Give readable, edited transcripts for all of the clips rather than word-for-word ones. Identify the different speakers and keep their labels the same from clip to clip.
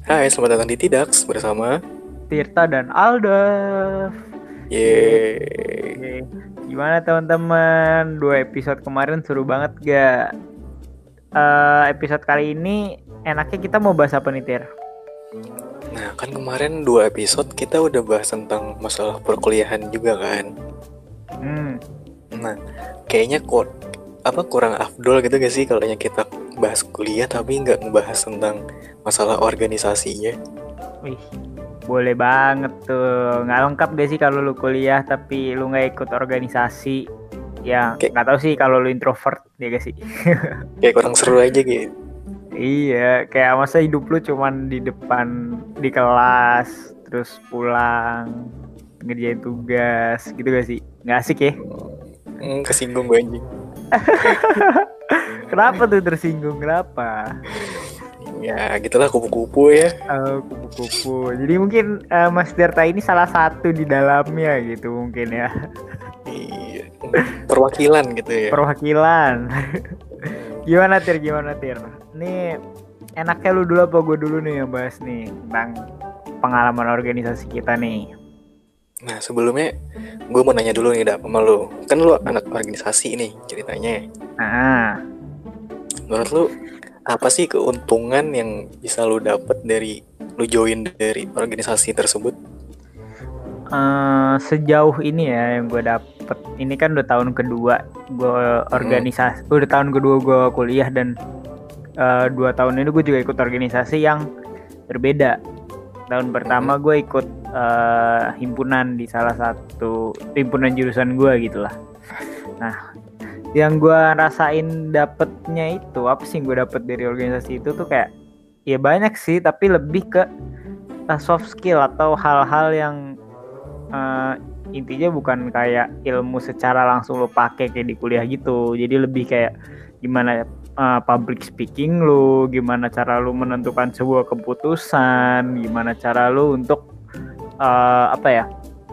Speaker 1: Hai, selamat datang di Tidaks bersama
Speaker 2: Tirta dan Alda.
Speaker 1: Yeay.
Speaker 2: Oke. Gimana teman-teman? Dua episode kemarin seru banget gak? Episode kali ini enaknya kita mau bahas apa nih, Tir?
Speaker 1: Nah, kan kemarin 2 episode kita udah bahas tentang masalah perkuliahan juga kan.
Speaker 2: Hmm,
Speaker 1: Nah, kayaknya kok kurang afdol gitu gak sih kalau kita bahas kuliah tapi nggak ngebahas tentang masalah organisasinya.
Speaker 2: wih, boleh banget tuh. Nggak lengkap gak sih kalau lu kuliah tapi lu nggak ikut organisasi? Ya,
Speaker 1: Kayak
Speaker 2: nggak tahu sih kalau lu introvert, ya gak sih?
Speaker 1: kayak kurang seru aja gitu.
Speaker 2: Iya, kayak masa hidup lu cuman di depan di kelas, terus pulang, ngerjain tugas, gitu gak sih? Nggak asik ya?
Speaker 1: Kesinggung gue anjing.
Speaker 2: Kenapa tuh tersinggung? Kenapa?
Speaker 1: Ya, gitulah kupu-kupu ya.
Speaker 2: Kupu-kupu. Jadi mungkin Mas Derta ini salah satu di dalamnya gitu mungkin ya.
Speaker 1: Iya. Perwakilan gitu ya.
Speaker 2: Perwakilan. Gimana Tir? Gimana Tir? Ini enaknya lu dulu apa gue dulu nih yang bahas nih tentang pengalaman organisasi kita nih.
Speaker 1: Nah, sebelumnya gue mau nanya dulu nih, sama lu. Kan lu anak organisasi nih ceritanya.
Speaker 2: Nah,
Speaker 1: Menurut lu, apa sih keuntungan yang bisa lu dapet dari lu join dari organisasi tersebut?
Speaker 2: sejauh ini ya yang gue dapet, ini kan udah tahun kedua gue
Speaker 1: Hmm.
Speaker 2: organisasi, udah tahun kedua gue kuliah dan 2 tahun ini gue juga ikut organisasi yang berbeda. Tahun pertama gue ikut himpunan di salah satu himpunan jurusan gue gitulah. Nah, yang gue rasain dapetnya itu apa sih yang gue dapet dari organisasi itu tuh kayak ya banyak sih, tapi lebih ke soft skill atau hal-hal yang uh, intinya bukan kayak ilmu secara langsung lo pakai kayak di kuliah gitu. Jadi lebih kayak gimana public speaking lu, gimana cara lu menentukan sebuah keputusan, gimana cara lu untuk apa ya,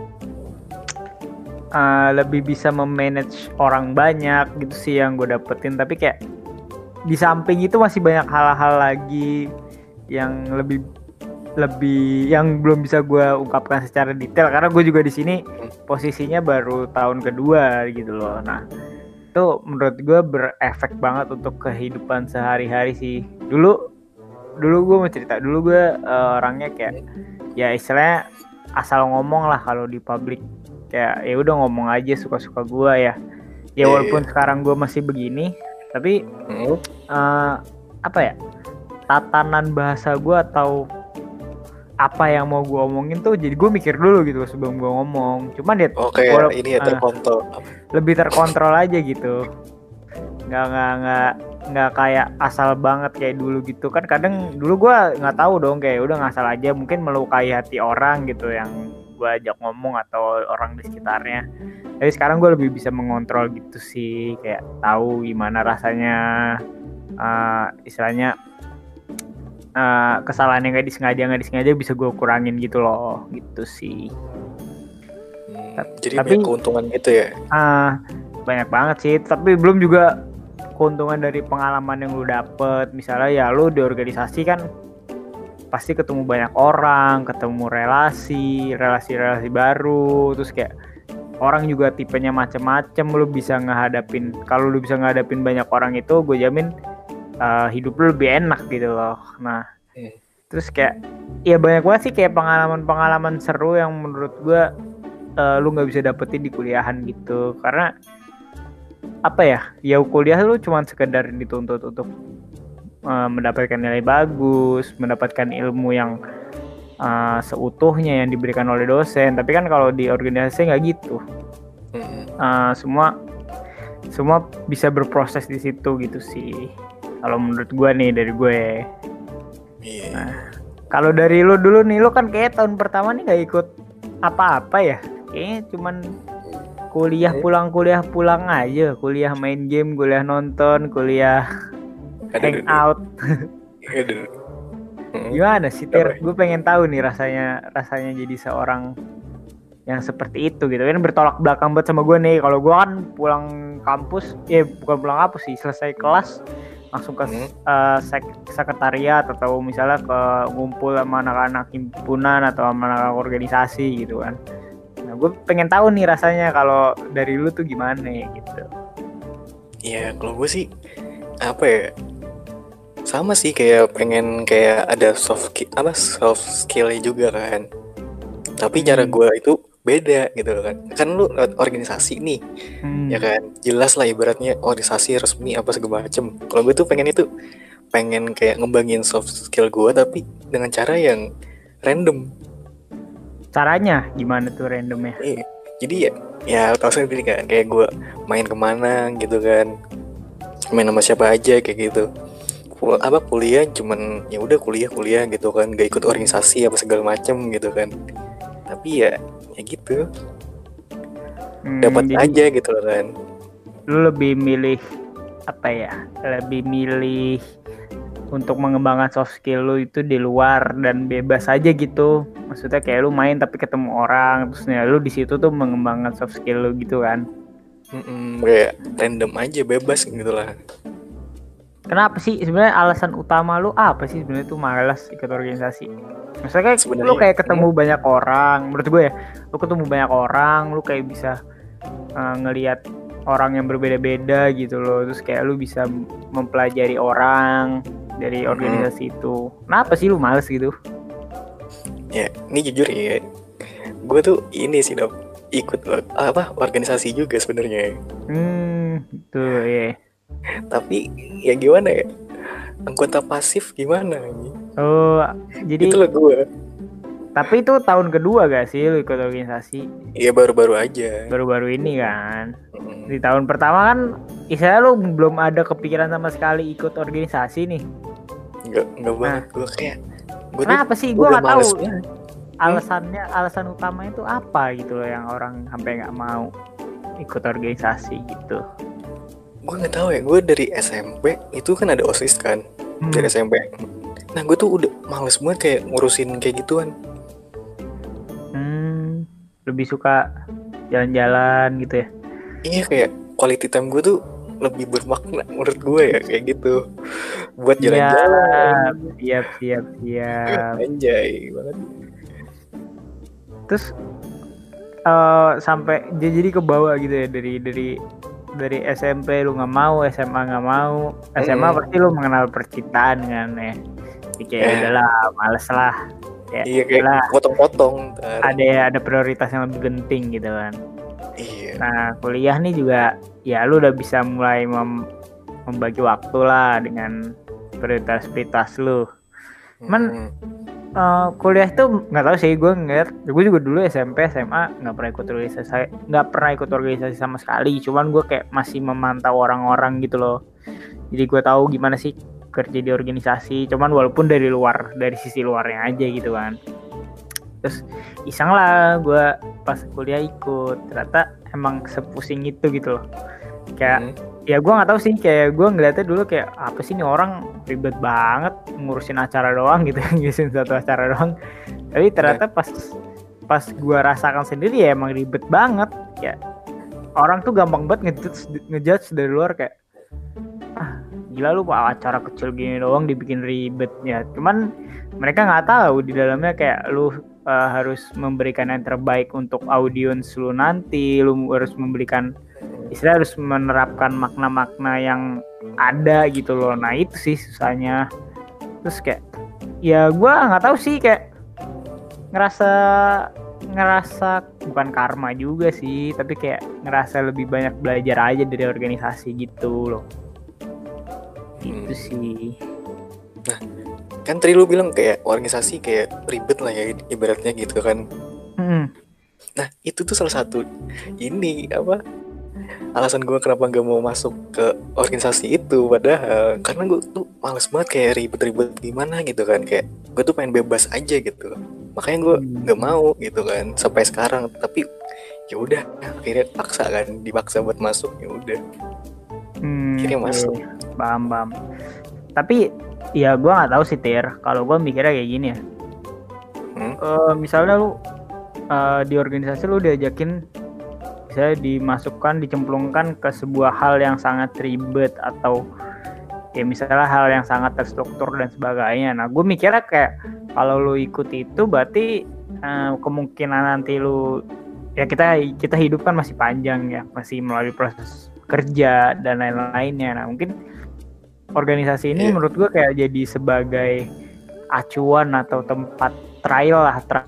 Speaker 2: lebih bisa memanage orang banyak gitu sih yang gue dapetin. Tapi kayak di samping itu masih banyak hal-hal lagi yang lebih lebih yang belum bisa gue ungkapkan secara detail karena gue juga di sini posisinya baru tahun kedua gitu loh. Nah, itu menurut gue berefek banget untuk kehidupan sehari-hari sih. Dulu gue mau cerita, dulu gue orangnya kayak ya istilahnya asal ngomong lah kalau di publik, kayak ya udah ngomong aja suka-suka gue ya. Ya
Speaker 1: Iya,
Speaker 2: walaupun
Speaker 1: iya.
Speaker 2: sekarang gue masih begini, tapi
Speaker 1: Hmm.
Speaker 2: uh, apa ya, tatanan bahasa gue atau apa yang mau gue omongin tuh jadi gue mikir dulu gitu sebelum gue ngomong. Cuman dia
Speaker 1: Oh, kayak
Speaker 2: walaupun
Speaker 1: ini ya, terkontrol.
Speaker 2: lebih terkontrol aja gitu, nggak kayak asal banget kayak dulu gitu kan. Kadang dulu gue nggak tahu dong, kayak udah ngasal aja mungkin melukai hati orang gitu yang gue ajak ngomong atau orang di sekitarnya. Tapi sekarang gue lebih bisa mengontrol gitu sih, kayak tahu gimana rasanya, istilahnya kesalahan yang nggak disengaja bisa gue kurangin gitu loh, gitu sih.
Speaker 1: Jadi
Speaker 2: Tapi
Speaker 1: banyak keuntungan gitu ya.
Speaker 2: banyak banget sih, tapi belum juga keuntungan dari pengalaman yang lu dapet. Misalnya ya lu di organisasi kan pasti ketemu banyak orang, ketemu relasi baru, terus kayak orang juga tipenya macem-macem. Lu bisa ngehadapin, kalau lu bisa ngehadapin banyak orang itu gue jamin hidup lu lebih enak gitu loh. Nah,
Speaker 1: Hmm.
Speaker 2: terus kayak ya banyak banget sih kayak pengalaman-pengalaman seru yang menurut gue lu nggak bisa dapetin di kuliahan gitu. Karena apa ya, ya kuliah lu cuma sekedar dituntut untuk mendapatkan nilai bagus, mendapatkan ilmu yang seutuhnya yang diberikan oleh dosen. Tapi kan kalau di organisasi nggak gitu.
Speaker 1: Hmm.
Speaker 2: Semua semua bisa berproses di situ gitu sih. Kalau menurut gue nih, dari gue.
Speaker 1: Iya,
Speaker 2: Nah,
Speaker 1: iya.
Speaker 2: kalau dari lu dulu nih, lu kan kayak tahun pertama nih nggak ikut apa-apa ya? Kayaknya cuman
Speaker 1: Hmm.
Speaker 2: kuliah pulang aja, kuliah main game, kuliah nonton, kuliah
Speaker 1: Aduh.
Speaker 2: hangout.
Speaker 1: Aduh. Hmm.
Speaker 2: Gimana sih
Speaker 1: Apa?
Speaker 2: Tir? Gue pengen tahu nih rasanya jadi seorang yang seperti itu gitu kan, bertolak belakang banget sama gue nih. Kalau gue kan pulang kampus, bukan pulang kampus sih, selesai kelas langsung ke sekretariat atau misalnya ke ngumpul sama anak-anak himpunan atau sama anak organisasi gitu kan. Nah, gue pengen tahu nih rasanya kalau dari lu tuh gimana gitu.
Speaker 1: Ya kalau gue sih apa ya, sama sih kayak pengen kayak ada soft skill juga kan, tapi cara gue itu beda gitu kan. Kan lu lewat organisasi nih, ya kan, jelas lah ibaratnya organisasi resmi apa segala macem. Kalau gue tuh pengen kayak ngembangin soft skill gue tapi dengan cara yang random.
Speaker 2: Caranya gimana tuh randomnya?
Speaker 1: Jadi ya tau sendiri kan, kayak gue main kemana gitu kan, main sama siapa aja kayak gitu. Kuliah cuman ya udah kuliah gitu kan, gak ikut organisasi apa segala macem gitu kan. Tapi ya gitu, dapat aja gitu kan.
Speaker 2: Lu lebih milih apa ya? Lebih milih untuk mengembangkan soft skill lu itu di luar dan bebas aja gitu. Maksudnya kayak lu main tapi ketemu orang, terus ya lu di situ tuh mengembangkan soft skill lu gitu kan.
Speaker 1: Kayak random aja, bebas gitu lah.
Speaker 2: Kenapa sih sebenarnya alasan utama lu apa sih sebenarnya tuh malas ikut organisasi? Maksudnya kayak lu kayak ketemu banyak orang, menurut gue ya, lu ketemu banyak orang, lu kayak bisa ngelihat orang yang berbeda-beda gitu loh, terus kayak lu bisa mempelajari orang dari organisasi itu. Kenapa sih lu males gitu?
Speaker 1: Ya, ini jujur ya, gue tuh ini sih dok, ikut organisasi juga sebenarnya.
Speaker 2: Gitu ya.
Speaker 1: Tapi ya gimana ya, anggota pasif gimana ini?
Speaker 2: Oh, jadi
Speaker 1: itulah gue.
Speaker 2: Tapi itu tahun kedua gak sih lu ikut organisasi?
Speaker 1: Iya, baru-baru aja.
Speaker 2: Baru-baru ini kan. Di tahun pertama kan istilahnya lu belum ada kepikiran sama sekali ikut organisasi nih.
Speaker 1: Enggak banget. Gue kayak
Speaker 2: kenapa sih? Gue gak tahu alasan utamanya itu apa gitu loh yang orang sampai gak mau ikut organisasi gitu.
Speaker 1: Gue nggak tahu ya, gue dari SMP itu kan ada OSIS kan, dari SMP. Nah gue tuh udah males banget kayak ngurusin kayak gituan.
Speaker 2: Lebih suka jalan-jalan gitu ya?
Speaker 1: Iya, kayak quality time gue tuh lebih bermakna menurut gue ya, kayak gitu. Buat jalan-jalan.
Speaker 2: Siap.
Speaker 1: Anjay banget.
Speaker 2: Terus sampai jadi ke bawah gitu ya, dari SMP lu nggak mau, SMA nggak mau, SMA pasti lu mengenal percintaan kan ya. Jadi kayak udahlah, males lah. Ya,
Speaker 1: iya, kayak potong-potong.
Speaker 2: Ada prioritas yang lebih penting gitu kan.
Speaker 1: Iya.
Speaker 2: Nah kuliah nih juga ya lu udah bisa mulai membagi waktu lah dengan prioritas lu. Cuman kuliah tuh nggak tahu sih, gue ngeliat, gue juga dulu SMP SMA nggak pernah ikut organisasi sama sekali. Cuman gue kayak masih memantau orang-orang gitu loh, jadi gue tahu gimana sih kerja di organisasi, cuman walaupun dari sisi luarnya aja gitu kan. Terus iseng lah gue pas kuliah ikut, ternyata emang sepusing itu gitu loh. Kayak ya gue nggak tahu sih, kayak gue ngeliatnya dulu kayak apa sih nih orang, ribet banget ngurusin acara doang gitu, ngurusin satu acara doang. Tapi ternyata pas gue rasakan sendiri ya emang ribet banget. Kayak orang tuh gampang banget ngejudge dari luar, kayak gila lu acara kecil gini doang dibikin ribet ya. Cuman mereka nggak tahu di dalamnya kayak lu harus memberikan yang terbaik untuk audiens lu nanti. Lu harus harus menerapkan makna-makna yang ada gitu loh. Nah itu sih susahnya. Terus kayak ya gue nggak tahu sih, kayak ngerasa bukan karma juga sih, tapi kayak ngerasa lebih banyak belajar aja dari organisasi gitu loh. Itu sih.
Speaker 1: Nah kan tadi lu bilang kayak organisasi kayak ribet lah ya ibaratnya gitu kan. Nah itu tuh salah satu ini alasan gue kenapa gak mau masuk ke organisasi itu. Padahal karena gue tuh males banget kayak ribet-ribet gimana gitu kan. Kayak gue tuh pengen bebas aja gitu, makanya gue gak mau gitu kan sampai sekarang. Tapi ya udah, akhirnya dipaksa buat masuk, ya udah akhirnya masuk.
Speaker 2: Paham. Tapi ya gue nggak tahu sih Tir, kalau gue mikirnya kayak gini ya. Misalnya lu di organisasi lu diajakin, bisa dicemplungkan ke sebuah hal yang sangat ribet atau ya misalnya hal yang sangat terstruktur dan sebagainya. Nah gue mikirnya kayak kalau lu ikut itu berarti kemungkinan nanti lu ya kita hidup kan masih panjang ya, masih melalui proses kerja dan lain-lainnya. Nah mungkin organisasi ini menurut gue kayak jadi sebagai acuan atau tempat trial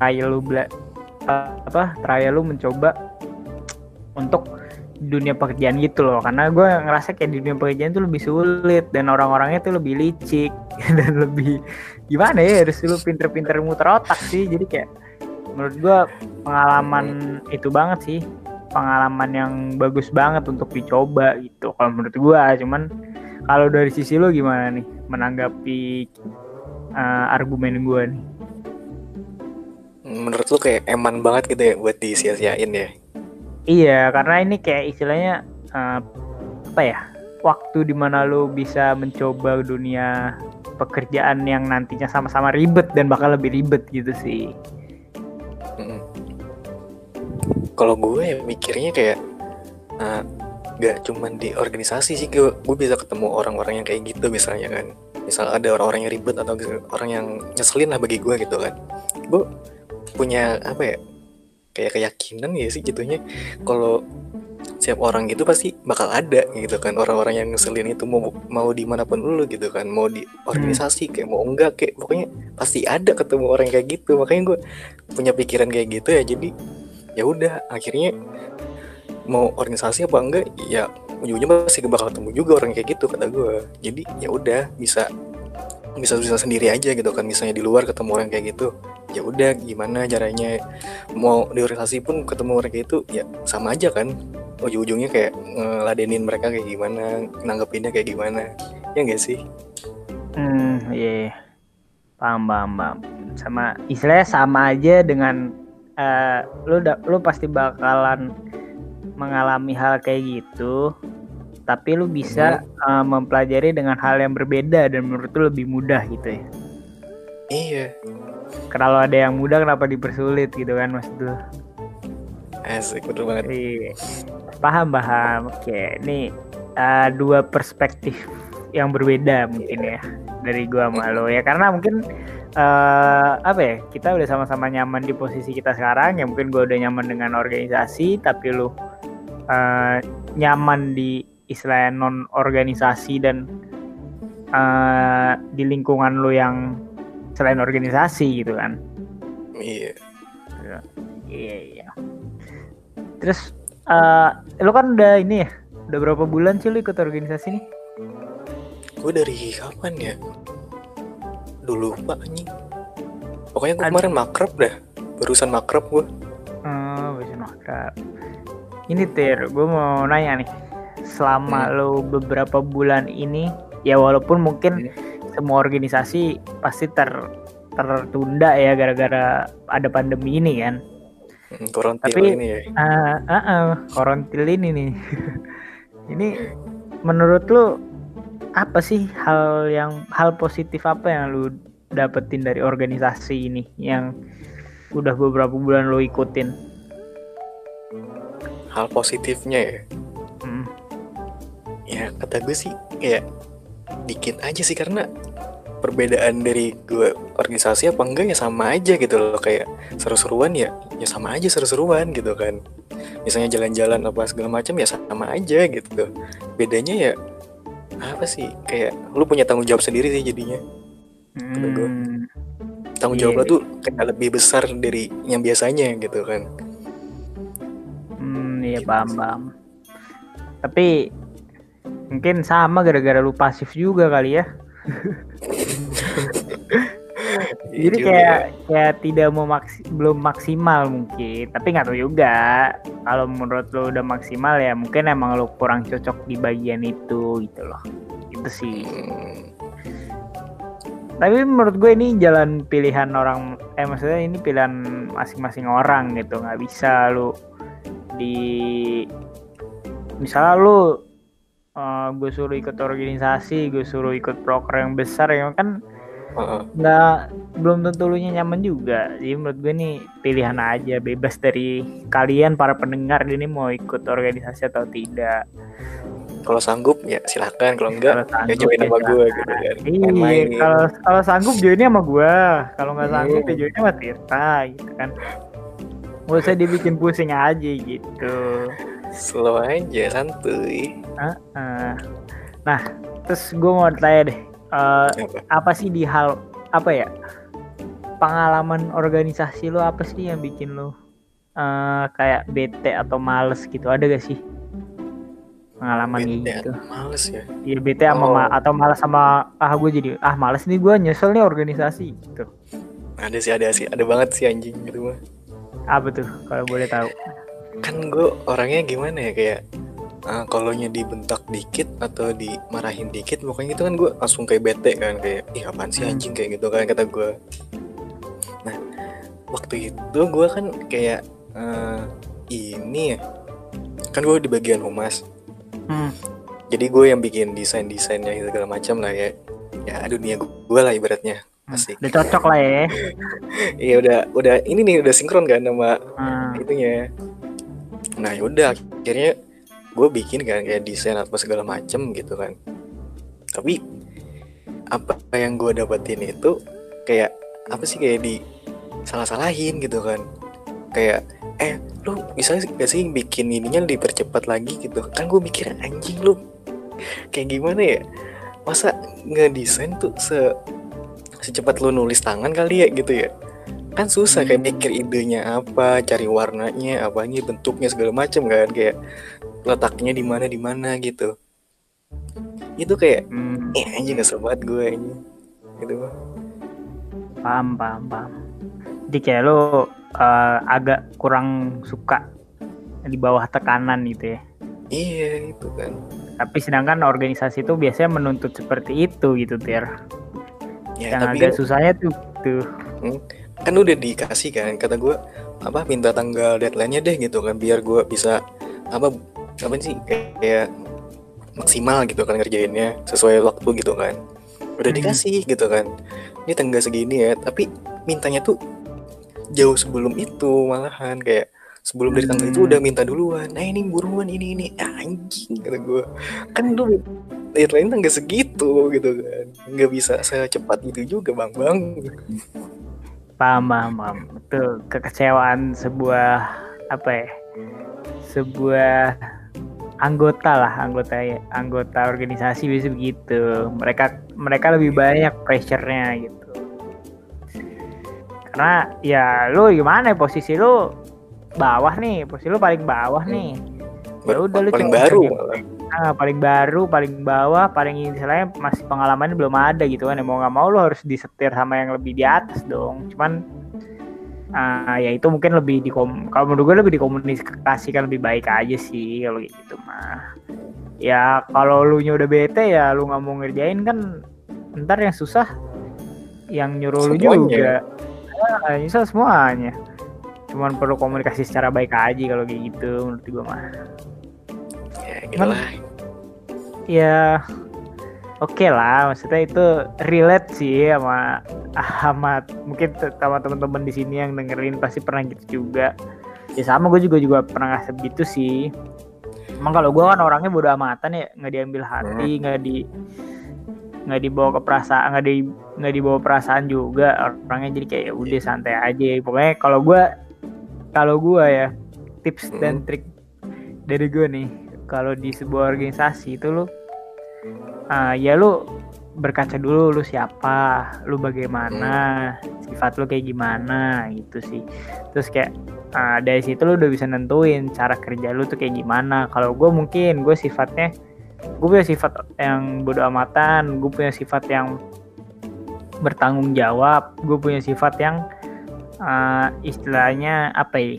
Speaker 2: lu mencoba untuk dunia pekerjaan gitu loh, karena gue ngerasa kayak di dunia pekerjaan itu lebih sulit dan orang-orangnya tuh lebih licik dan lebih gimana ya, harus lu pinter-pinter muter otak sih. Jadi kayak menurut gue pengalaman itu banget sih, pengalaman yang bagus banget untuk dicoba gitu kalau menurut gue. Cuman kalau dari sisi lu gimana nih menanggapi argumen gue nih?
Speaker 1: Menurut lu kayak eman banget gitu ya buat disia-siain ya?
Speaker 2: Iya, karena ini kayak istilahnya waktu dimana lu bisa mencoba dunia pekerjaan yang nantinya sama-sama ribet dan bakal lebih ribet gitu sih.
Speaker 1: Kalau gue mikirnya kayak gak cuman di organisasi sih, gue bisa ketemu orang-orang yang kayak gitu misalnya kan. Misal ada orang-orang yang ribet atau orang yang nyeselin lah bagi gue gitu kan. Gue punya kayak keyakinan ya sih jatuhnya, kalau setiap orang gitu pasti bakal ada gitu kan orang-orang yang ngeselin itu, mau dimanapun lu gitu kan, mau di organisasi kayak mau enggak kayak pokoknya pasti ada ketemu orang kayak gitu. Makanya gue punya pikiran kayak gitu ya, jadi ya udah akhirnya mau organisasi apa enggak ya ujung-ujungnya pasti bakal ketemu juga orang kayak gitu kata gue. Jadi ya udah bisa sendiri aja gitu kan, misalnya di luar ketemu orang kayak gitu ya udah gimana caranya, mau di organisasi pun ketemu orang kayak itu ya sama aja kan, ujung-ujungnya kayak ngeladenin mereka kayak gimana, nanggepinnya kayak gimana, ya enggak sih?
Speaker 2: Iya, paham. Sama istilahnya sama aja dengan lu pasti bakalan mengalami hal kayak gitu, tapi lu bisa mempelajari dengan hal yang berbeda dan menurut lu lebih mudah gitu ya.
Speaker 1: Iya.
Speaker 2: Kalau ada yang mudah kenapa dipersulit gitu kan maksud lu?
Speaker 1: Asik, betul banget.
Speaker 2: Iya. Paham. Oke, nih dua perspektif yang berbeda mungkin ya dari gua sama lo ya, karena mungkin kita udah sama-sama nyaman di posisi kita sekarang ya. Mungkin gua udah nyaman dengan organisasi, tapi lu nyaman di istilah non organisasi dan di lingkungan lu yang selain organisasi gitu kan.
Speaker 1: Iya.
Speaker 2: Terus lu kan udah berapa bulan sih lu ikut organisasi nih?
Speaker 1: Gue dari kapan ya? Dulu lupa anjing. Pokoknya gue kemarin makrab dah. Barusan makrab gue.
Speaker 2: Barusan makrab. Ini Tir, gue mau nanya nih. Selama lu beberapa bulan ini, ya walaupun mungkin semua organisasi pasti tertunda ya gara-gara ada pandemi ini kan.
Speaker 1: Korontil ini ya.
Speaker 2: Korontil ini nih. Ini menurut lu apa sih hal positif apa yang lu dapetin dari organisasi ini yang udah beberapa bulan lu ikutin?
Speaker 1: Hal positifnya ya? Ya kata gue sih kayak dikit aja sih, karena perbedaan dari gue organisasi apa enggak ya sama aja gitu loh. Kayak seru-seruan ya sama aja seru-seruan gitu kan. Misalnya jalan-jalan apa segala macam ya sama aja gitu. Bedanya ya apa sih, kayak lu punya tanggung jawab sendiri sih jadinya. Kata gue tanggung jawab lu tuh kayak lebih besar dari yang biasanya gitu kan.
Speaker 2: Iya gitu. Paham. Tapi mungkin sama gara-gara lu pasif juga kali ya. Jadi kayak belum maksimal mungkin, tapi nggak tahu juga. Kalau menurut lo udah maksimal ya mungkin emang lo kurang cocok di bagian itu gitu loh. Itu sih. Tapi menurut gue ini jalan pilihan orang, maksudnya ini pilihan masing-masing orang gitu. Nggak bisa lo misalnya lo gue suruh ikut organisasi, gue suruh ikut proker yang besar ya kan belum tentu lu nyaman juga. Jadi menurut gue nih pilihan aja, bebas dari kalian para pendengar ini mau ikut organisasi atau tidak.
Speaker 1: Kalau sanggup ya silakan, kalau enggak ya
Speaker 2: Sanggup
Speaker 1: join
Speaker 2: ya
Speaker 1: sama gue
Speaker 2: silakan.
Speaker 1: gitu kan.
Speaker 2: Iya,
Speaker 1: Main-main.
Speaker 2: kalau sanggup joinnya sama gue, kalau nggak sanggup ya joinnya sama Tirta gitu kan. Gak usah dibikin pusing aja gitu.
Speaker 1: Slow aja, santuy.
Speaker 2: Nah, terus gue mau tanya deh, apa sih di hal apa ya, pengalaman organisasi lo apa sih yang bikin lo kayak bete atau males gitu, ada gak sih pengalaman
Speaker 1: Bete
Speaker 2: gitu?
Speaker 1: males ya?
Speaker 2: Iya bete sama atau malas sama gue jadi males nih, gue nyesel nih organisasi gitu.
Speaker 1: Ada banget sih anjing gitu mah.
Speaker 2: Apa tuh kalau boleh tahu?
Speaker 1: Kan gue orangnya gimana ya, kayak kalau dibentak dikit atau dimarahin dikit pokoknya itu kan gue langsung kayak bete kan, kayak ih apaan sih anjing kayak gitu kan kata gue. Nah waktu itu gue kan kayak ini ya, kan gue di bagian humas. Jadi gue yang bikin desainnya segala macam lah ya dunia gue lah ibaratnya. Asik.
Speaker 2: Udah cocok lah ya.
Speaker 1: Iya udah ini nih udah sinkron kan sama itunya. Nah yaudah akhirnya gue bikin kan kayak desain apa segala macem gitu kan. Tapi apa yang gue dapetin itu kayak apa sih, kayak di salah-salahin gitu kan. Kayak lu bisa gak sih bikin ininya dipercepat lagi gitu. Kan gue mikir anjing lu kayak gimana ya, masa ngedesain tuh secepat lu nulis tangan kali ya gitu ya. Kan susah kayak mikir idenya apa, cari warnanya, apanya, bentuknya segala macam kan, kayak letaknya di mana gitu. Itu kayak anjing kesel banget gue ini. Gitu.
Speaker 2: Paham. Jadi kayak lo agak kurang suka di bawah tekanan gitu ya.
Speaker 1: Iya itu kan. Tapi
Speaker 2: sedangkan organisasi itu biasanya menuntut seperti itu gitu Tir.
Speaker 1: Ya,
Speaker 2: yang agak kan, susahnya tuh.
Speaker 1: Kan udah dikasih kan, kata gue minta tanggal deadline-nya deh gitu kan, biar gue bisa apa sih kayak maksimal gitu kan ngerjainnya sesuai waktu gitu kan. Udah dikasih gitu kan, ini tanggal segini ya, tapi mintanya tuh jauh sebelum itu, malahan kayak sebelum dari tanggal itu udah minta duluan. Nah ini buruan ini anjing kata gue. Kan lu deadline tanggal segitu gitu kan, nggak bisa secepat itu juga bang.
Speaker 2: Paham. Itu kekecewaan sebuah sebuah anggota organisasi bisa begitu. Mereka lebih banyak pressure-nya gitu. Karena ya lu gimana ya, posisi lu bawah nih, posisi lu paling bawah nih. Ya udah lu
Speaker 1: paling baru
Speaker 2: paling bawah, paling istilahnya masih pengalamannya belum ada gitu kan. Ya mau nggak mau lu harus disetir sama yang lebih di atas dong. Cuman ya itu mungkin lebih kalau menurut gue lebih dikomunikasikan lebih baik aja sih kalau gitu mah. Ya kalau lu nya udah bete ya lu nggak mau ngerjain kan, ntar yang susah yang nyuruh semuanya. Lu juga nyusaha semuanya. Cuman perlu komunikasi secara baik aja kalau kayak gitu menurut gue mah.
Speaker 1: Ya gitu lah.
Speaker 2: Ya oke lah, maksudnya itu relate sih sama mungkin sama teman-teman di sini yang dengerin pasti pernah gitu juga. Ya sama gue juga pernah ngerasa gitu sih. Emang kalau gue kan orangnya bodo amatan ya, nggak diambil hati, nggak dibawa ke perasaan, nggak dibawa perasaan juga orangnya, jadi kayak udah santai aja. Pokoknya kalau gue ya tips dan trik dari gue nih, kalau di sebuah organisasi itu lu ya lu berkaca dulu lu siapa, lu bagaimana, sifat lu kayak gimana gitu sih. Terus kayak dari situ lu udah bisa nentuin cara kerja lu tuh kayak gimana. Kalau gue mungkin gue punya sifat yang bodo amatan, gue punya sifat yang bertanggung jawab, gue punya sifat yang istilahnya apa ya,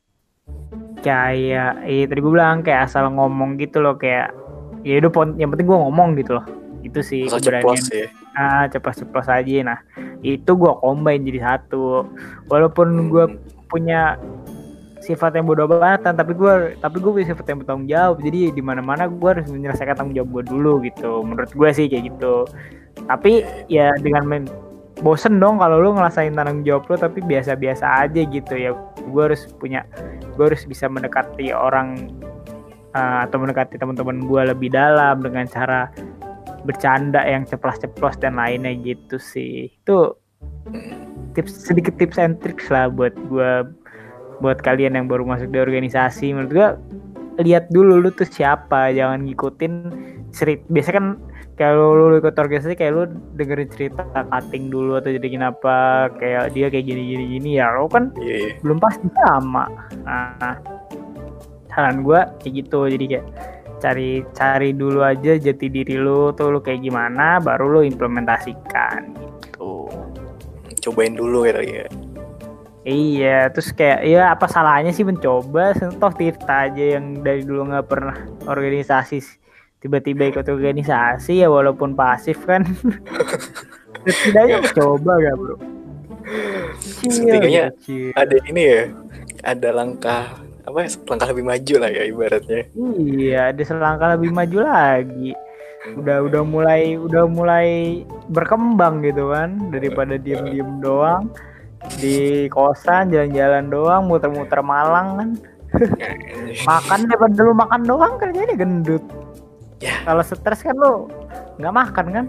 Speaker 2: kayak tadi gue bilang kayak asal ngomong gitu loh, kayak ya udah yang penting gue ngomong gitu loh. Itu sih keberanian. Ceplos aja. Nah itu gue combine jadi satu. Walaupun gue punya sifat yang bodoh banget, tapi gue punya sifat yang bertanggung jawab. Jadi di mana-mana gue harus menyelesaikan tanggung jawab gue dulu gitu. Menurut gue sih kayak gitu. Tapi ya dengan bosen dong kalau lu ngerasain tanggung jawab lu tapi biasa-biasa aja gitu ya. Gue harus bisa mendekati orang atau mendekati teman-teman gue lebih dalam dengan cara bercanda yang ceplos-ceplos dan lainnya gitu sih. Itu sedikit tips and tricks lah buat gue, buat kalian yang baru masuk di organisasi. Menurut gue, lihat dulu lu tuh siapa, jangan ngikutin cerita. Biasanya kan kalau lu ikut organisasi kayak lu dengerin cerita cutting dulu atau jadi kenapa kayak dia kayak gini ya, lu kan belum pasti sama. Nah, saran gue kayak gitu, jadi kayak cari dulu aja jati diri lu tuh, lu kayak gimana, baru lu implementasikan gitu.
Speaker 1: Cobain dulu ya.
Speaker 2: Iya, terus kayak ya apa salahnya sih mencoba? Toh Tirta aja yang dari dulu nggak pernah organisasi tiba-tiba ikut organisasi ya, walaupun pasif kan. Setidaknya coba gak bro?
Speaker 1: Setidaknya ada ini ya, ada langkah lebih maju lah ya ibaratnya.
Speaker 2: Iya, ada selangkah lebih maju lagi. Udah mulai berkembang gitu kan, daripada diem doang di kosan, jalan-jalan doang, muter-muter Malang kan. Makan daripada lu makan doang, kerjanya gendut. Ya. Kalau stres kan lu nggak makan kan?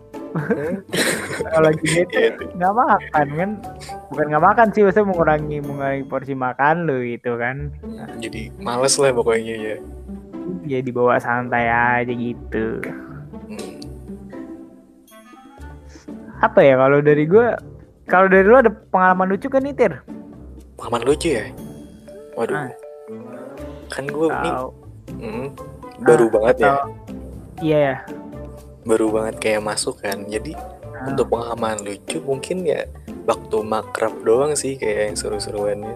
Speaker 2: Kalau lagi gitu nggak makan kan? Bukan nggak makan sih, maksudnya mengurangi porsi makan lu gitu kan.
Speaker 1: Nah, jadi males lah pokoknya ya.
Speaker 2: Ya dibawa santai aja gitu. Apa ya kalau dari gue? Kalau dari lu ada pengalaman lucu kan nih, Tir?
Speaker 1: Pengalaman lucu ya? Waduh. Kan gue nih baru banget ya.
Speaker 2: Iya ya.
Speaker 1: Baru banget kayak masuk kan. Jadi untuk pengalaman lucu mungkin ya waktu makrab doang sih kayak yang seru-seruannya.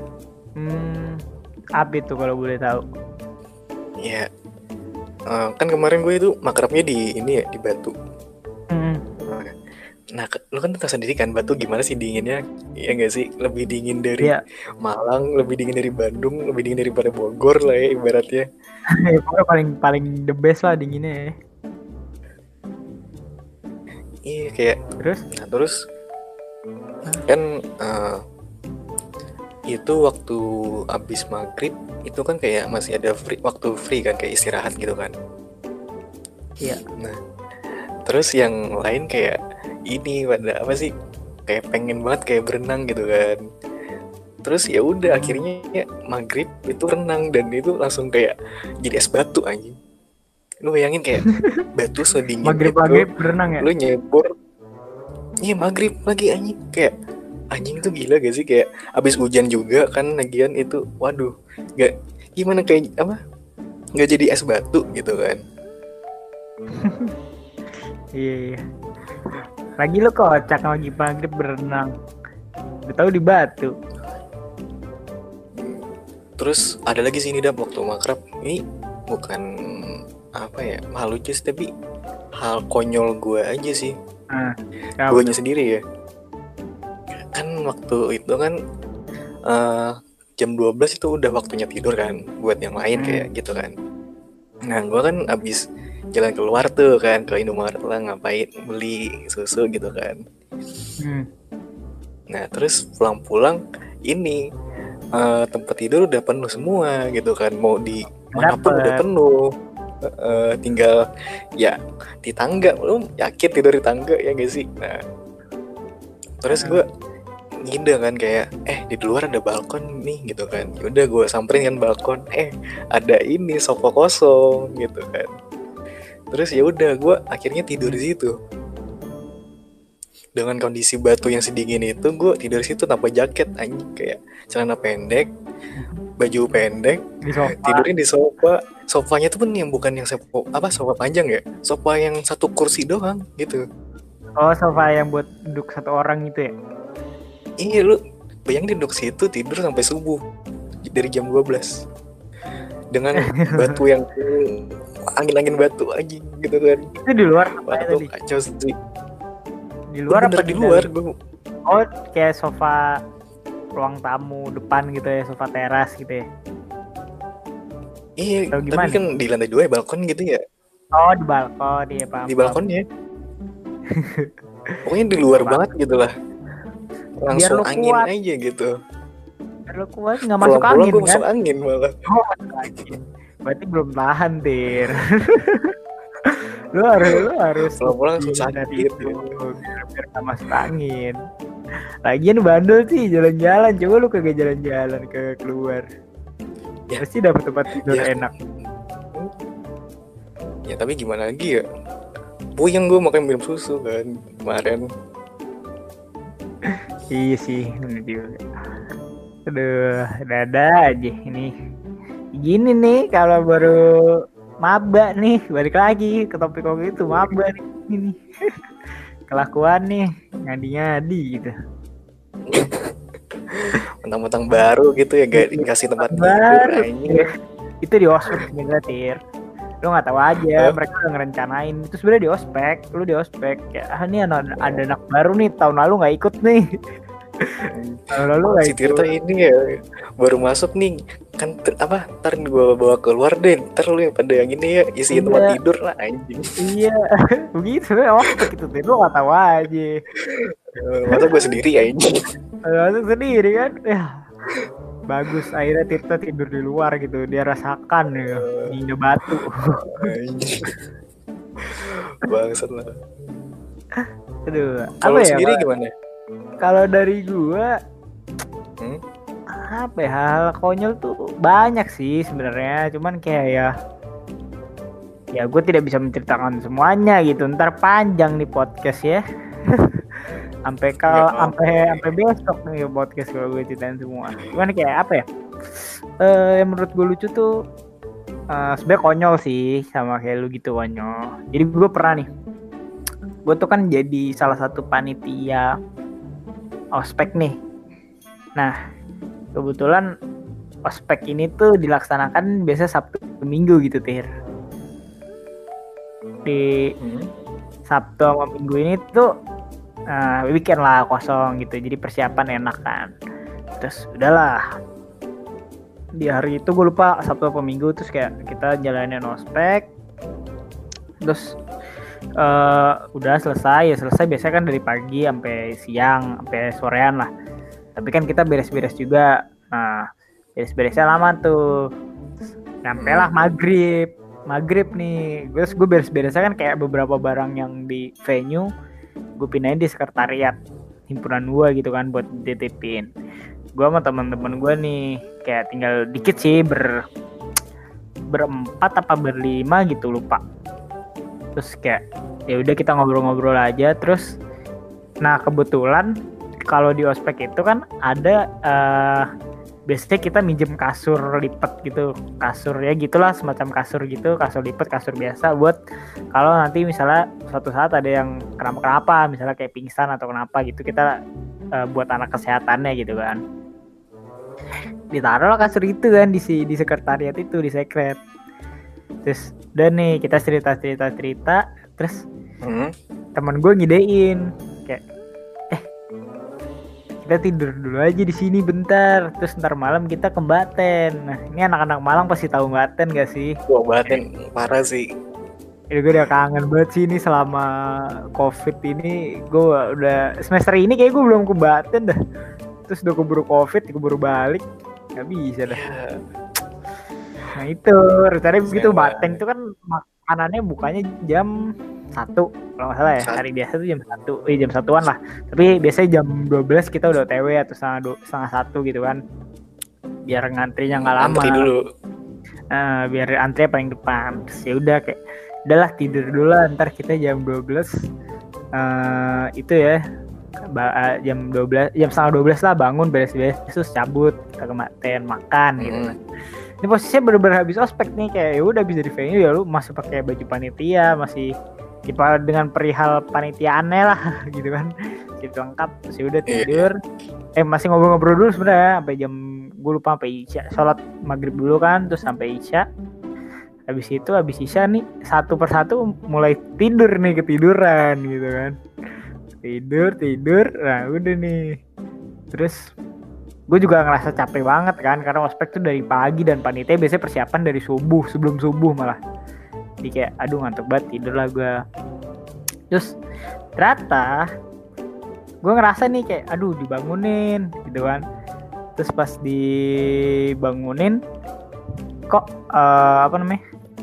Speaker 2: Apa itu kalau boleh tahu?
Speaker 1: Ya. Kan kemarin gue itu makrabnya di ini ya, di Batu. Nah, lu kan tahu sendiri kan Batu gimana sih dinginnya, ya nggak sih? Lebih dingin dari Malang, lebih dingin dari Bandung, lebih dingin daripada Bogor lah ya ibaratnya.
Speaker 2: Ya, paling the best lah dinginnya ya.
Speaker 1: Iya kayak. Terus kan itu waktu abis maghrib itu kan kayak masih ada waktu free kan, kayak istirahat gitu kan.
Speaker 2: Iya.
Speaker 1: Nah, terus yang lain kayak ini pada apa sih, kayak pengen banget kayak berenang gitu kan. Terus ya udah akhirnya maghrib itu renang dan itu langsung kayak jadi es batu anjing. Lu bayangin kayak batu sedingin
Speaker 2: maghrib berenang ya.
Speaker 1: Lu nyebur. Iya maghrib lagi anjing, kayak anjing tuh gila gak sih, kayak abis hujan juga kan lagian itu. Waduh, gak gimana kayak apa? Gak jadi es batu gitu kan.
Speaker 2: Iya. Lagi lo kocak pagi berenang. Udah tahu di Batu.
Speaker 1: Terus ada lagi sini dah waktu makrab. Ini bukan apa ya, hal lucu sih, tapi hal konyol gue aja sih. Guanya sendiri ya. Kan waktu itu kan jam 12 itu udah waktunya tidur kan buat yang lain kayak gitu kan. Nah, gue kan abis jalan keluar tuh kan ke Indomaret lah, ngapain beli susu gitu kan. Nah terus pulang ini tempat tidur udah penuh semua gitu kan, mau di manapun udah penuh. Tinggal ya di tangga, lu yakin tidur di tangga ya gak sih? Nah terus gue ngide kan kayak di luar ada balkon nih gitu kan. Yaudah gue samperin kan balkon, ada ini sofa kosong gitu kan. Terus ya udah gue akhirnya tidur di situ. Dengan kondisi Batu yang sedingin itu, gue tidur di situ tanpa jaket anjing, kayak celana pendek, baju pendek, tidurnya di sofa. Sofanya tuh pun yang bukan yang sofa panjang ya, sofa yang satu kursi doang gitu.
Speaker 2: Oh, sofa yang buat duduk satu orang gitu ya?
Speaker 1: Iya, lu bayangin duduk situ tidur sampai subuh dari jam 12 dengan batu yang angin batu aja gitu kan.
Speaker 2: Itu di luar apa
Speaker 1: tadi? Kacau sih.
Speaker 2: Di luar apa
Speaker 1: di luar?
Speaker 2: Oh, kayak sofa ruang tamu depan gitu ya, sofa teras gitu ya?
Speaker 1: Iya, tapi kan di lantai 2 ya, balkon gitu ya.
Speaker 2: Oh, di balkon ya, Pak.
Speaker 1: Di balkonnya. Pokoknya di luar banget gitu lah. Langsung angin kuat aja gitu.
Speaker 2: Biar lo kuat, nggak masuk angin kan?
Speaker 1: Masuk angin malah.
Speaker 2: Oh, masuk angin. Berarti belum tahan, Tir. lu harus
Speaker 1: pulang sakit
Speaker 2: itu biar gak masuk angin. Lagian bandel sih jalan-jalan, coba lu kagak jalan-jalan ke keluar. Ya. Pasti dapat tempat tidur enak.
Speaker 1: Ya tapi gimana lagi ya? Puyeng gue makan minum susu kan kemarin.
Speaker 2: Iya sih, bener juga. Aduh, dada aja ini. Gini nih kalau baru maba nih, balik lagi ke topik itu maba nih ini. Kelakuan nih ngadi-ngadi gitu.
Speaker 1: Mentang-mentang baru gitu ya, gak dikasih tempat tidur aja.
Speaker 2: Itu di ospek sebenarnya, Tir. Lu nggak tahu aja, mereka udah ngerencanain itu sebenarnya di ospek. Lu di ospek ya, ini ada anak baru nih, tahun lalu nggak ikut nih. Tahun lalu nggak
Speaker 1: si Tirta ini ya baru masuk nih kan, ntar gue bawa keluar deh, ntar lu yang pada yang ini ya isiin tempat tidur lah anjing.
Speaker 2: Iya begitu ospek itu, Tir. Lu nggak tahu aja.
Speaker 1: Masa gue sendiri anjing.
Speaker 2: Masuk sendiri kan ya. Bagus, akhirnya Tirta tidur di luar gitu, dia rasakan ya dinginnya batu.
Speaker 1: Bangsat lah.
Speaker 2: Aduh,
Speaker 1: kalau sendiri ya, gimana?
Speaker 2: Kalau dari gua apa ya, hal konyol tuh banyak sih sebenarnya, cuman kayak ya gue tidak bisa menceritakan semuanya gitu, ntar panjang nih podcast ya. sampai besok nih podcast kalau gue ceritain semua. Cuman kayak apa ya, yang menurut gue lucu tuh sebenarnya konyol sih, sama kayak lu gitu konyol. Jadi gue pernah nih, gue tuh kan jadi salah satu panitia ospek nih. Nah kebetulan ospek ini tuh dilaksanakan biasa Sabtu Minggu gitu, Tir. Di Sabtu sama Minggu ini tuh weekend lah, kosong gitu, jadi persiapan enak kan. Terus udahlah, di hari itu gue lupa Sabtu apa Minggu, terus kayak kita jalanin ospek. Terus udah selesai biasanya kan dari pagi sampai siang sampai sorean lah, tapi kan kita beres-beres juga. Nah beres-beresnya lama tuh, nyampe lah maghrib nih. Terus gue beres-beresnya kan kayak beberapa barang yang di venue gue pindahin di sekretariat himpunan gue gitu kan, buat dititipin. Gue sama teman-teman gue nih kayak tinggal dikit sih, berempat apa berlima gitu lupa. Terus kayak ya udah kita ngobrol-ngobrol aja. Terus nah kebetulan kalau di ospek itu kan ada biasanya kita minjem kasur lipat gitu, kasur ya gitulah, semacam kasur gitu, kasur lipat, kasur biasa buat kalau nanti misalnya suatu saat ada yang kenapa misalnya kayak pingsan atau kenapa gitu, kita buat anak kesehatannya gitu kan. Ditaruh lah kasur itu kan di sekretariat itu, di sekret. Terus udah nih kita cerita terus teman gue ngidein kayak kita tidur dulu aja di sini bentar, terus ntar malam kita ke Baten. Nah ini anak-anak Malang pasti tahu Baten gak sih?
Speaker 1: Wah Baten parah sih.
Speaker 2: Gue udah kangen banget sih ini selama COVID ini. Gue udah semester ini kayak gue belum ke Baten dah. Terus udah keburu COVID, keburu balik, nggak bisa dah. Nah itu rencananya begitu. Baten itu kan makanannya bukanya jam 1 kalau nggak salah ya. Hari biasa tuh jam 1, jam 1-an lah. Tapi biasanya jam 12 kita udah OTW atau setengah 1 gitu kan. Biar ngantrinya nggak lama.
Speaker 1: Antri dulu.
Speaker 2: Biar antri paling depan. Terus ya udah kayak udahlah tidur dulu lah, ntar kita jam 12 itu ya. Jam 12, jam setengah 12 lah bangun, beres-beres terus cabut kita ke Baten makan gitu kan. Ini posisinya bener-bener habis ospek nih, kayak ya udah habis dari venue ya lu masih pakai baju panitia, masih dengan perihal panitiaannya lah gitu kan, gitu lengkap. Terus udah tidur, masih ngobrol-ngobrol dulu sebenarnya sampai jam, gue lupa, sampai Isya, sholat maghrib dulu kan, terus sampai Isya. Habis Isya nih satu persatu mulai tidur nih, ketiduran gitu kan, tidur. Nah udah nih, terus gue juga ngerasa capek banget kan, karena ospek tuh dari pagi dan panitia biasanya persiapan dari subuh, sebelum subuh malah. Jadi kayak aduh ngantuk banget, tidur lah gue. Terus ternyata gue ngerasa nih kayak aduh dibangunin gitu kan. Terus pas dibangunin kok apa namanya,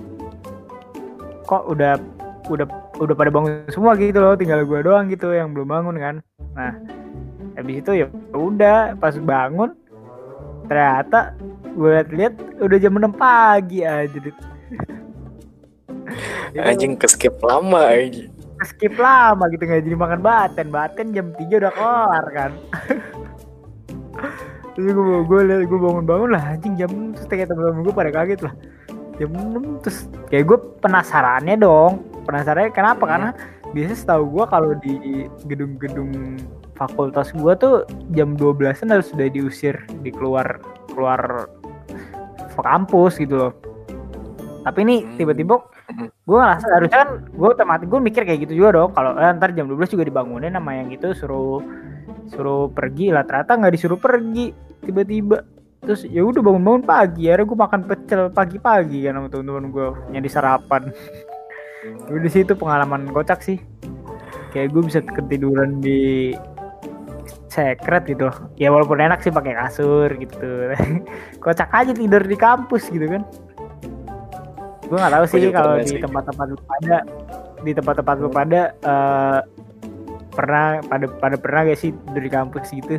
Speaker 2: kok udah pada bangun semua gitu loh, tinggal gue doang gitu yang belum bangun kan. Nah habis itu ya udah pas bangun ternyata gue lihat udah jam 6 pagi aja.
Speaker 1: Anjing skip lama aja.
Speaker 2: Skip lama gitu, nggak jadi makan baten jam 3 udah kelar kan. Terus gue bangun lah anjing jam 6, terus kayak temen-temen gue pada kaget lah jam 6, terus kayak gue penasarannya kenapa, karena biasanya setahu gue kalau di gedung-gedung fakultas gue tuh jam 12-an harus sudah diusir di keluar kampus gitu loh. Tapi ini tiba-tiba gue ngerasa harusnya kan gue otomatis gue mikir kayak gitu juga dong, kalau ntar jam 12 juga dibangunin sama yang itu suruh pergi lah, ternyata nggak disuruh pergi tiba-tiba. Terus ya udah bangun pagi, akhirnya gue makan pecel pagi-pagi kan sama teman-teman gue nyari sarapan. Di situ pengalaman kocak sih, kayak gue bisa ketiduran di secret gitu ya, walaupun enak sih pakai kasur gitu. Kocak aja tidur di kampus gitu kan. Gue nggak tahu sih kalau di tempat-tempat lu pada pernah gak sih tidur di kampus gitu?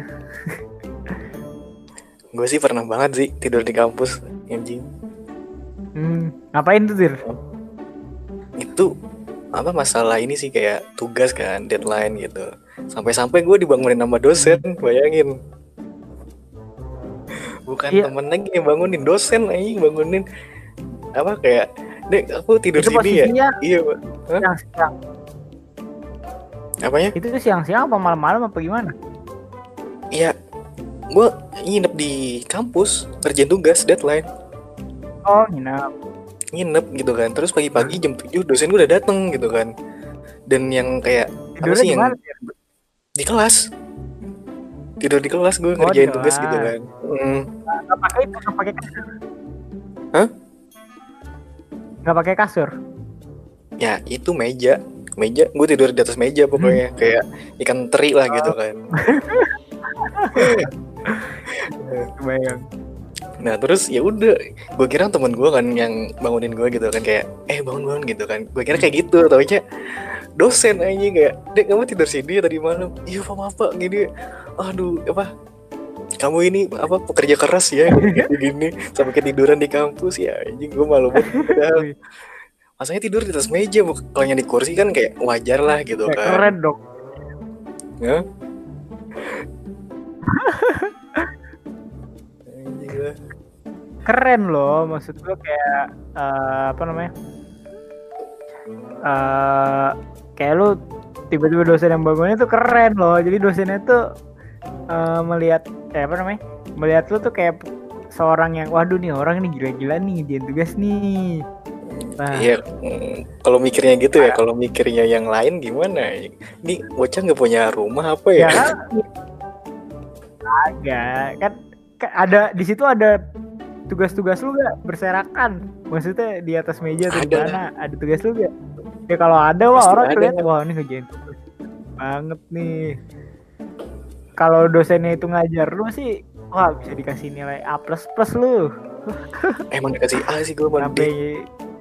Speaker 1: Gue sih pernah banget sih tidur di kampus, anjing.
Speaker 2: Ngapain tuh Tir?
Speaker 1: Itu apa masalah ini sih, kayak tugas kan, deadline gitu. Sampai-sampai gue dibangunin sama dosen, bayangin. Bukan temen lagi yang bangunin, dosen anjing bangunin. Apa kayak, "Dek, aku tidur
Speaker 2: itu
Speaker 1: sini ya?"
Speaker 2: Iya, Pak. Siang-siang.
Speaker 1: Apanya?
Speaker 2: Itu siang-siang apa malam-malam apa gimana?
Speaker 1: Iya, gue nginep di kampus, kerjain tugas, deadline.
Speaker 2: Oh,
Speaker 1: nginep gitu kan. Terus pagi-pagi jam 7 dosen gue udah dateng gitu kan. Dan yang kayak
Speaker 2: tidurnya
Speaker 1: apa sih
Speaker 2: yang
Speaker 1: di kelas. Tidur di kelas gue ngerjain tugas gitu kan.
Speaker 2: Nggak pakai kasur.
Speaker 1: Hah?
Speaker 2: Nggak pakai kasur?
Speaker 1: Ya itu meja gue tidur di atas meja pokoknya. Kayak ikan teri lah gitu kan.
Speaker 2: Kebayang.
Speaker 1: Nah terus ya udah, gue kira temen gue kan yang bangunin gue gitu kan, kayak bangun gitu kan. Gue kira kayak gitu, taunya dosen aja kayak, "Dek, kamu tidur sini tadi malam?" "Iya Pak, maaf Pak." Gini, "Aduh apa, kamu ini apa pekerja keras ya?" gini sampai ketiduran di kampus ya. Anjing gue malu banget. Padahal masanya tidur di atas meja, kalau yang di kursi kan kayak wajar lah gitu kan.
Speaker 2: Keren dong.
Speaker 1: Ya?
Speaker 2: Keren loh, maksud gue kayak apa namanya, kayak lu tiba-tiba dosen yang bangunnya tuh keren loh. Jadi dosennya tuh melihat lu tuh kayak seorang yang waduh nih orang ini gila-gila nih ngerjain tugas nih.
Speaker 1: Iya, kalau mikirnya gitu ya. Kalau mikirnya yang lain gimana? Ini bocah nggak punya rumah apa ya?
Speaker 2: Agak kan ada di situ ada tugas-tugas lu gak berserakan? Maksudnya di atas meja atau di mana? Ada tugas lu gak? Ya kalau ada wah orang lihat wah ini ngerjain tugas banget nih. Kalau dosennya itu ngajar lu sih wah bisa dikasih nilai A++ lu.
Speaker 1: Emang dikasih A sih gue
Speaker 2: sampai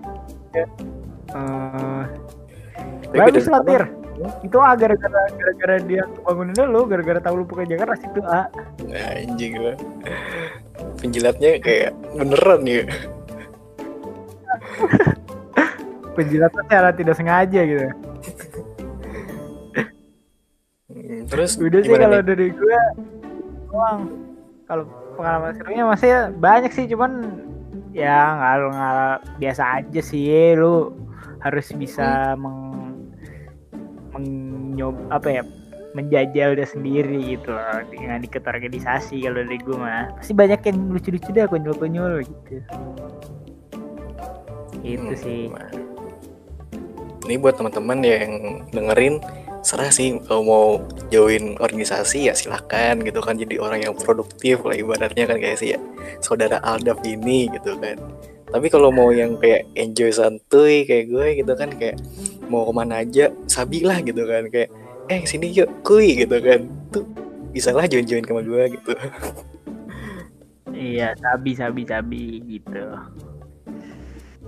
Speaker 2: bagus lah Tir. Itu A gara-gara dia bangunin lu, gara-gara tahu lu pekerja keras itu A.
Speaker 1: Anjing lah. Penjilatnya kayak beneran ya.
Speaker 2: Penjilatnya secara tidak sengaja gitu.
Speaker 1: Terus
Speaker 2: udah sih kalau dari gue doang. Kalau pengalaman serunya masih banyak sih, cuman ya nggak biasa aja sih. Lu harus bisa menjajal dia sendiri gitu loh dengan ikut organisasi. Kalau dari gue mah pasti banyak yang lucu-lucu deh, konyol-konyol gitu. Itu sih.
Speaker 1: Ini buat teman-teman yang dengerin, serah sih kalau mau join organisasi ya silakan gitu kan, jadi orang yang produktif lah ibaratnya kan, kayak sih ya saudara Aldaf ini gitu kan. Tapi kalau mau yang kayak enjoy santuy kayak gue gitu kan, kayak mau kemana aja sabi lah gitu kan, kayak sini yuk kuy gitu kan, tuh bisa lah join sama gue gitu.
Speaker 2: Iya sabi gitu.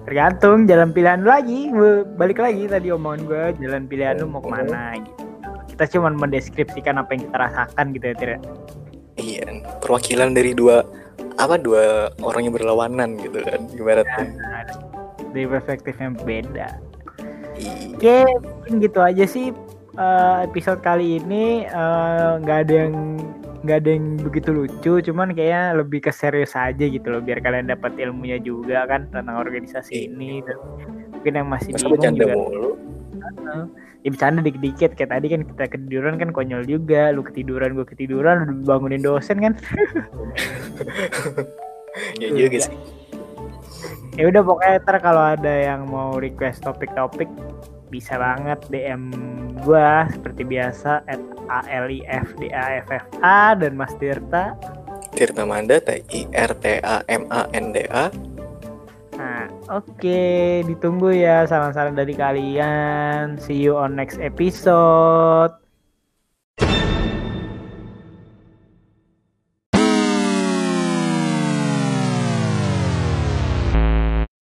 Speaker 2: Tergantung jalan pilihan lu lagi. Balik lagi tadi omongan gue, jalan pilihan lu mau kemana gitu. Kita cuma mendeskripsikan apa yang kita rasakan gitu ya, Tira.
Speaker 1: Iya, perwakilan dari dua orang yang berlawanan gitu kan ibaratnya.
Speaker 2: Dari perspektif yang beda. Oke, mungkin gitu aja sih episode kali ini. Nggak ada yang begitu lucu, cuman kayaknya lebih ke serius aja gitu loh, biar kalian dapat ilmunya juga kan tentang organisasi ini. Dan mungkin yang masih bingung juga mulu. Ya bercanda dikit-dikit, kayak tadi kan kita ketiduran kan konyol juga, lu ketiduran gue ketiduran, udah bangunin dosen kan.
Speaker 1: Ya juga sih.
Speaker 2: Ya udah, pokoknya ntar kalau ada yang mau request topik-topik bisa banget DM gua seperti biasa @ALIFDAFFA dan Mas Tirta
Speaker 1: Tirtamanda TIRTAMANDA.
Speaker 2: Nah, oke, ditunggu ya saran-saran dari kalian. See you on next episode.